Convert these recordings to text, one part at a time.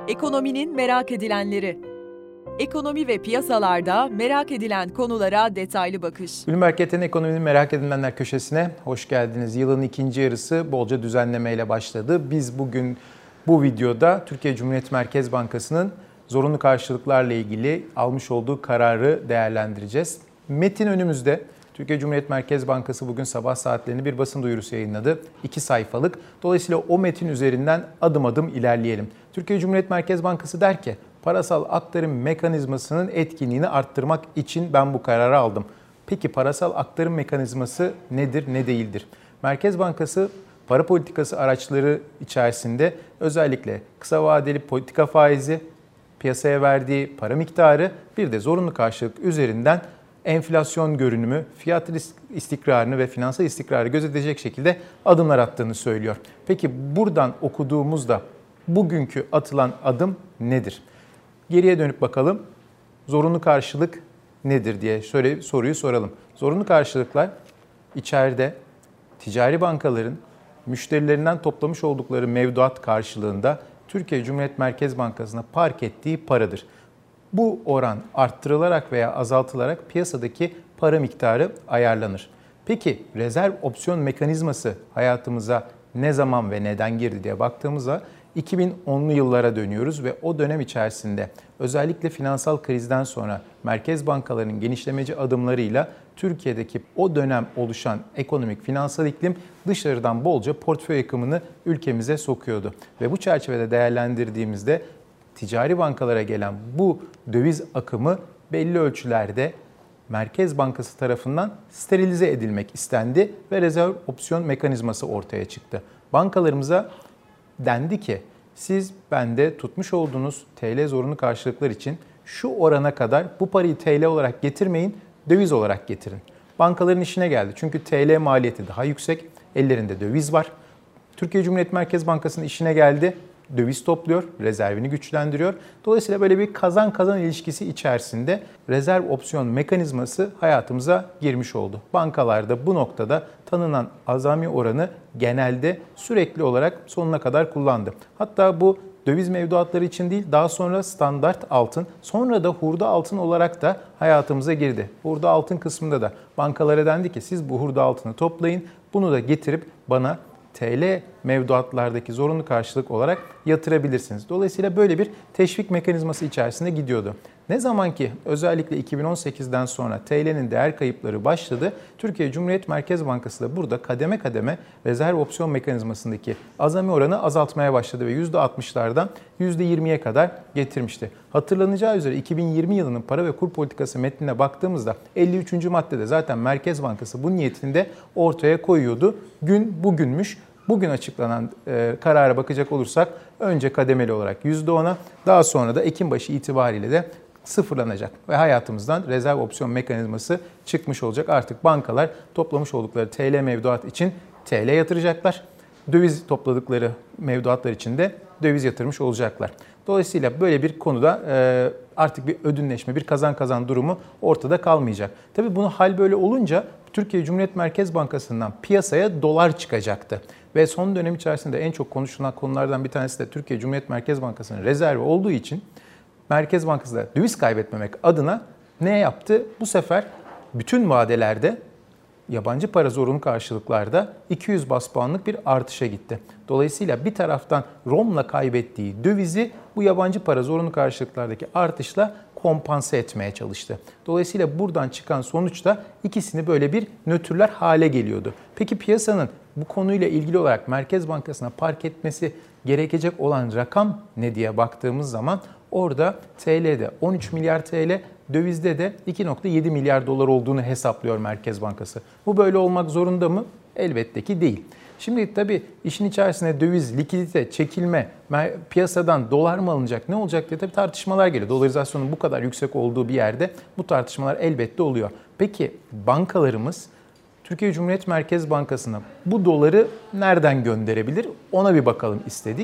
Ekonominin merak edilenleri. Ekonomi ve piyasalarda merak edilen konulara detaylı bakış. Bloomberg YT'nin ekonominin merak edilenler köşesine hoş geldiniz. Yılın ikinci yarısı bolca düzenlemeyle başladı. Biz bugün bu videoda Türkiye Cumhuriyet Merkez Bankası'nın zorunlu karşılıklarla ilgili almış olduğu kararı değerlendireceğiz. Metin önümüzde. Türkiye Cumhuriyet Merkez Bankası bugün sabah saatlerinde bir basın duyurusu yayınladı. 2 sayfalık. Dolayısıyla o metin üzerinden adım adım ilerleyelim. Türkiye Cumhuriyet Merkez Bankası der ki, parasal aktarım mekanizmasının etkinliğini arttırmak için ben bu kararı aldım. Peki parasal aktarım mekanizması nedir, ne değildir? Merkez Bankası para politikası araçları içerisinde özellikle kısa vadeli politika faizi, piyasaya verdiği para miktarı, bir de zorunlu karşılık üzerinden enflasyon görünümü, fiyat istikrarını ve finansal istikrarı gözetecek şekilde adımlar attığını söylüyor. Peki buradan okuduğumuzda bugünkü atılan adım nedir? Geriye dönüp bakalım. Zorunlu karşılık nedir diye şöyle soruyu soralım. Zorunlu karşılıklar içeride ticari bankaların müşterilerinden toplamış oldukları mevduat karşılığında Türkiye Cumhuriyet Merkez Bankası'na park ettiği paradır. Bu oran arttırılarak veya azaltılarak piyasadaki para miktarı ayarlanır. Peki rezerv opsiyon mekanizması hayatımıza ne zaman ve neden girdi diye baktığımızda 2010'lu yıllara dönüyoruz ve o dönem içerisinde özellikle finansal krizden sonra merkez bankalarının genişlemeci adımlarıyla Türkiye'deki o dönem oluşan ekonomik finansal iklim dışarıdan bolca portföy akımını ülkemize sokuyordu. Ve bu çerçevede değerlendirdiğimizde ticari bankalara gelen bu döviz akımı belli ölçülerde Merkez Bankası tarafından sterilize edilmek istendi ve rezerv opsiyon mekanizması ortaya çıktı. Bankalarımıza dendi ki siz bende tutmuş olduğunuz TL zorunlu karşılıklar için şu orana kadar bu parayı TL olarak getirmeyin, döviz olarak getirin. Bankaların işine geldi çünkü TL maliyeti daha yüksek, ellerinde döviz var. Türkiye Cumhuriyet Merkez Bankası'nın işine geldi. Döviz topluyor, rezervini güçlendiriyor. Dolayısıyla böyle bir kazan-kazan ilişkisi içerisinde rezerv opsiyon mekanizması hayatımıza girmiş oldu. Bankalarda bu noktada tanınan azami oranı genelde sürekli olarak sonuna kadar kullandı. Hatta bu döviz mevduatları için değil, daha sonra standart altın, sonra da hurda altın olarak da hayatımıza girdi. Hurda altın kısmında da bankalara dendi ki siz bu hurda altını toplayın, bunu da getirip bana TL mevduatlardaki zorunlu karşılık olarak yatırabilirsiniz. Dolayısıyla böyle bir teşvik mekanizması içerisinde gidiyordu. Ne zaman ki özellikle 2018'den sonra TL'nin değer kayıpları başladı, Türkiye Cumhuriyet Merkez Bankası da burada kademe kademe rezerv opsiyon mekanizmasındaki azami oranı azaltmaya başladı ve %60'lardan %20'ye kadar getirmişti. Hatırlanacağı üzere 2020 yılının para ve kur politikası metnine baktığımızda 53. maddede zaten Merkez Bankası bu niyetini de ortaya koyuyordu. Gün bugünmüş. Bugün açıklanan karara bakacak olursak önce kademeli olarak %10'a, daha sonra da Ekim başı itibariyle de sıfırlanacak ve hayatımızdan rezerv opsiyon mekanizması çıkmış olacak. Artık bankalar toplamış oldukları TL mevduat için TL yatıracaklar. Döviz topladıkları mevduatlar için de döviz yatırmış olacaklar. Dolayısıyla böyle bir konuda artık bir ödünleşme, bir kazan-kazan durumu ortada kalmayacak. Tabii bunu hal böyle olunca Türkiye Cumhuriyet Merkez Bankası'ndan piyasaya dolar çıkacaktı. Ve son dönem içerisinde en çok konuşulan konulardan bir tanesi de Türkiye Cumhuriyet Merkez Bankası'nın rezervi olduğu için Merkez Bankası da döviz kaybetmemek adına ne yaptı? Bu sefer bütün vadelerde yabancı para zorunlu karşılıklarda 200 bas puanlık bir artışa gitti. Dolayısıyla bir taraftan ROM'la kaybettiği dövizi bu yabancı para zorunlu karşılıklardaki artışla kompanse etmeye çalıştı. Dolayısıyla buradan çıkan sonuçta ikisini böyle bir nötrler hale geliyordu. Peki piyasanın bu konuyla ilgili olarak Merkez Bankası'na park etmesi gerekecek olan rakam ne diye baktığımız zaman orada TL'de 13 milyar TL, dövizde de 2,7 milyar dolar olduğunu hesaplıyor Merkez Bankası. Bu böyle olmak zorunda mı? Elbette ki değil. Şimdi tabii işin içerisine döviz, likidite, çekilme, piyasadan dolar mı alınacak, ne olacak diye tabii tartışmalar geliyor. Dolarizasyonun bu kadar yüksek olduğu bir yerde bu tartışmalar elbette oluyor. Peki bankalarımız Türkiye Cumhuriyet Merkez Bankası'na bu doları nereden gönderebilir? Ona bir bakalım istedik.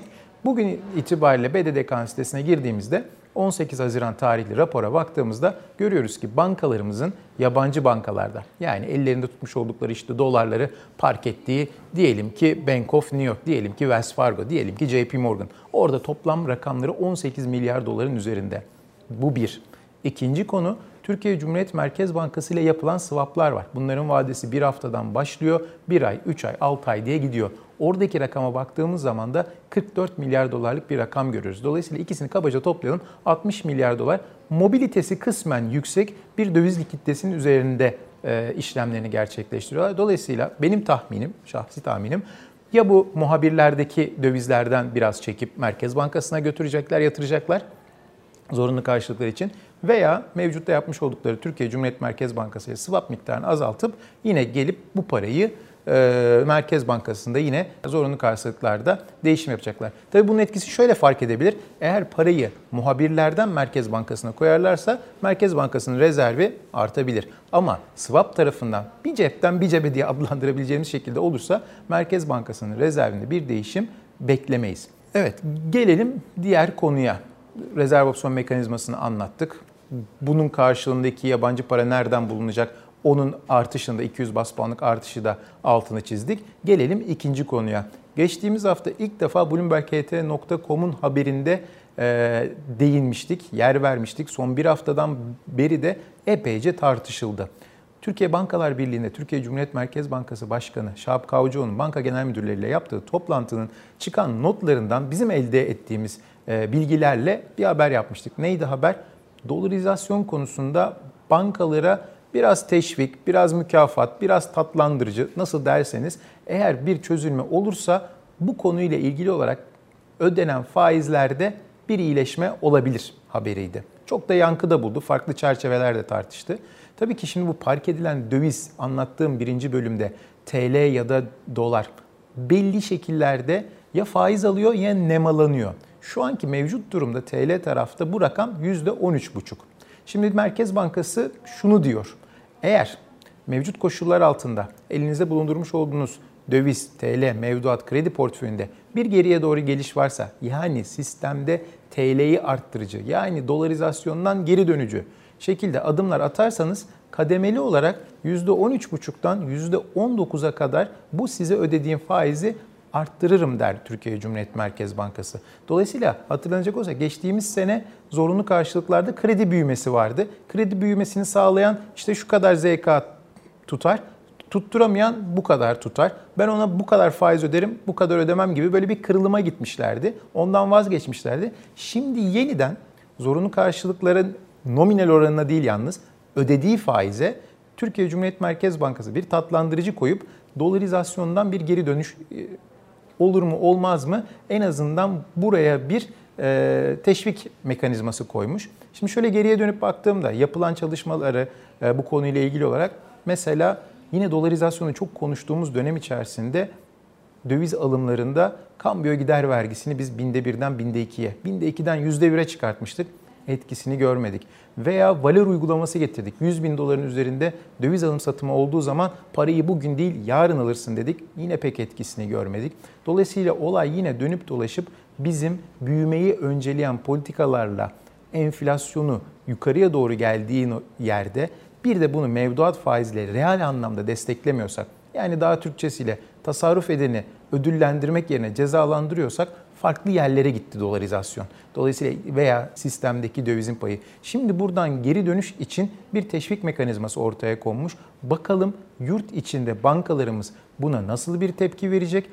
Bugün itibariyle BDDK'nın sitesine girdiğimizde 18 Haziran tarihli rapora baktığımızda görüyoruz ki bankalarımızın yabancı bankalarda, yani ellerinde tutmuş oldukları işte dolarları park ettiği, diyelim ki Bank of New York, diyelim ki Wells Fargo, diyelim ki JP Morgan, orada toplam rakamları 18 milyar doların üzerinde. Bu bir. İkinci konu, Türkiye Cumhuriyet Merkez Bankası ile yapılan swaplar var. Bunların vadesi bir haftadan başlıyor, 1 ay, 3 ay, 6 ay diye gidiyor. Oradaki rakama baktığımız zaman da 44 milyar dolarlık bir rakam görüyoruz. Dolayısıyla ikisini kabaca toplayalım, 60 milyar dolar. Mobilitesi kısmen yüksek bir döviz likiditesinin üzerinde işlemlerini gerçekleştiriyorlar. Dolayısıyla benim tahminim, şahsi tahminim, ya bu muhabirlerdeki dövizlerden biraz çekip Merkez Bankası'na götürecekler, yatıracaklar zorunlu karşılıklar için, veya mevcutta yapmış oldukları Türkiye Cumhuriyet Merkez Bankası ile swap miktarını azaltıp yine gelip bu parayı Merkez Bankası'nda yine zorunlu karşılıklarda değişim yapacaklar. Tabii bunun etkisi şöyle fark edebilir. Eğer parayı muhabirlerden Merkez Bankası'na koyarlarsa Merkez Bankası'nın rezervi artabilir. Ama swap tarafından bir cepten bir cebe diye adlandırabileceğimiz şekilde olursa Merkez Bankası'nın rezervinde bir değişim beklemeyiz. Evet, gelelim diğer konuya. Rezervasyon mekanizmasını anlattık. Bunun karşılığındaki yabancı para nereden bulunacak? Onun artışında 200 bas puanlık artışı da altını çizdik. Gelelim ikinci konuya. Geçtiğimiz hafta ilk defa BloombergHT.com'un haberinde değinmiştik, yer vermiştik. Son bir haftadan beri de epeyce tartışıldı. Türkiye Bankalar Birliği'nde Türkiye Cumhuriyet Merkez Bankası Başkanı Şahap Kavcıoğlu'nun banka genel müdürleriyle yaptığı toplantının çıkan notlarından bizim elde ettiğimiz bilgilerle bir haber yapmıştık. Neydi haber? Dolarizasyon konusunda bankalara biraz teşvik, biraz mükafat, biraz tatlandırıcı, nasıl derseniz, eğer bir çözülme olursa bu konuyla ilgili olarak ödenen faizlerde bir iyileşme olabilir haberiydi. Çok da yankıda buldu, farklı çerçevelerde tartıştı. Tabii ki şimdi bu park edilen döviz, anlattığım birinci bölümde TL ya da dolar belli şekillerde ya faiz alıyor ya nemalanıyor. Şu anki mevcut durumda TL tarafta bu rakam %13,5. Şimdi Merkez Bankası şunu diyor. Eğer mevcut koşullar altında elinizde bulundurmuş olduğunuz döviz, TL, mevduat, kredi portföyünde bir geriye doğru geliş varsa, yani sistemde TL'yi arttırıcı, yani dolarizasyondan geri dönücü şekilde adımlar atarsanız kademeli olarak %13,5'tan %19'a kadar bu size ödediğim faizi arttırırım der Türkiye Cumhuriyet Merkez Bankası. Dolayısıyla hatırlanacak olursa geçtiğimiz sene zorunlu karşılıklarda kredi büyümesi vardı. Kredi büyümesini sağlayan işte şu kadar ZK tutar, tutturamayan bu kadar tutar. Ben ona bu kadar faiz öderim, bu kadar ödemem gibi böyle bir kırılıma gitmişlerdi. Ondan vazgeçmişlerdi. Şimdi yeniden zorunlu karşılıkların nominal oranına değil yalnız ödediği faize Türkiye Cumhuriyet Merkez Bankası bir tatlandırıcı koyup dolarizasyondan bir geri dönüş olur mu olmaz mı, en azından buraya bir teşvik mekanizması koymuş. Şimdi şöyle geriye dönüp baktığımda yapılan çalışmaları bu konuyla ilgili olarak, mesela yine dolarizasyonu çok konuştuğumuz dönem içerisinde döviz alımlarında kambiyo gider vergisini biz %1'den %2'ye, %2'den %1'e çıkartmıştık. Etkisini görmedik. Veya valör uygulaması getirdik. 100 bin doların üzerinde döviz alım satımı olduğu zaman parayı bugün değil yarın alırsın dedik. Yine pek etkisini görmedik. Dolayısıyla olay yine dönüp dolaşıp bizim büyümeyi önceleyen politikalarla enflasyonu yukarıya doğru geldiği yerde bir de bunu mevduat faizleri reel anlamda desteklemiyorsak, yani daha Türkçesiyle tasarruf edeni ödüllendirmek yerine cezalandırıyorsak farklı yerlere gitti dolarizasyon. Dolayısıyla veya sistemdeki dövizin payı. Şimdi buradan geri dönüş için bir teşvik mekanizması ortaya konmuş. Bakalım yurt içinde bankalarımız buna nasıl bir tepki verecek?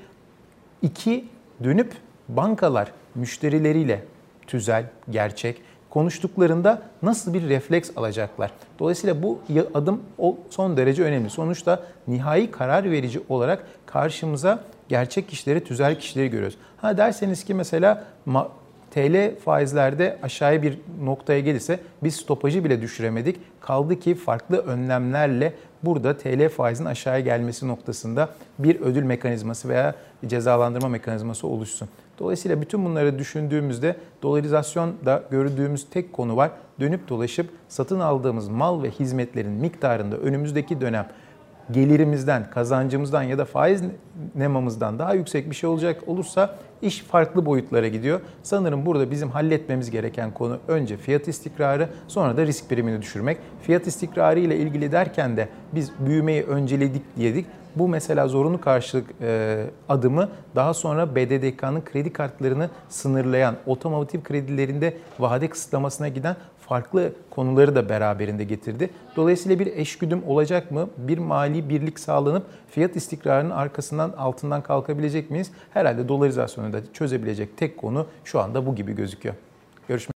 İki, dönüp bankalar müşterileriyle tüzel, gerçek konuştuklarında nasıl bir refleks alacaklar? Dolayısıyla bu adım son derece önemli. Sonuçta nihai karar verici olarak karşımıza gerçek kişileri, tüzel kişileri görüyoruz. Ha derseniz ki mesela TL faizlerde aşağıya bir noktaya gelirse biz stopajı bile düşüremedik. Kaldı ki farklı önlemlerle burada TL faizin aşağıya gelmesi noktasında bir ödül mekanizması veya cezalandırma mekanizması oluşsun. Dolayısıyla bütün bunları düşündüğümüzde dolarizasyonda gördüğümüz tek konu var. Dönüp dolaşıp satın aldığımız mal ve hizmetlerin miktarında önümüzdeki dönem gelirimizden, kazancımızdan ya da faiz nemamızdan daha yüksek bir şey olacak olursa iş farklı boyutlara gidiyor. Sanırım burada bizim halletmemiz gereken konu önce fiyat istikrarı, sonra da risk primini düşürmek. Fiyat istikrarı ile ilgili derken de biz büyümeyi önceledik diyedik. Bu mesela zorunlu karşılık adımı daha sonra BDDK'nın kredi kartlarını sınırlayan, otomotiv kredilerinde vade kısıtlamasına giden farklı konuları da beraberinde getirdi. Dolayısıyla bir eşgüdüm olacak mı? Bir mali birlik sağlanıp fiyat istikrarının altından kalkabilecek miyiz? Herhalde dolarizasyonu da çözebilecek tek konu şu anda bu gibi gözüküyor. Görüşmek üzere.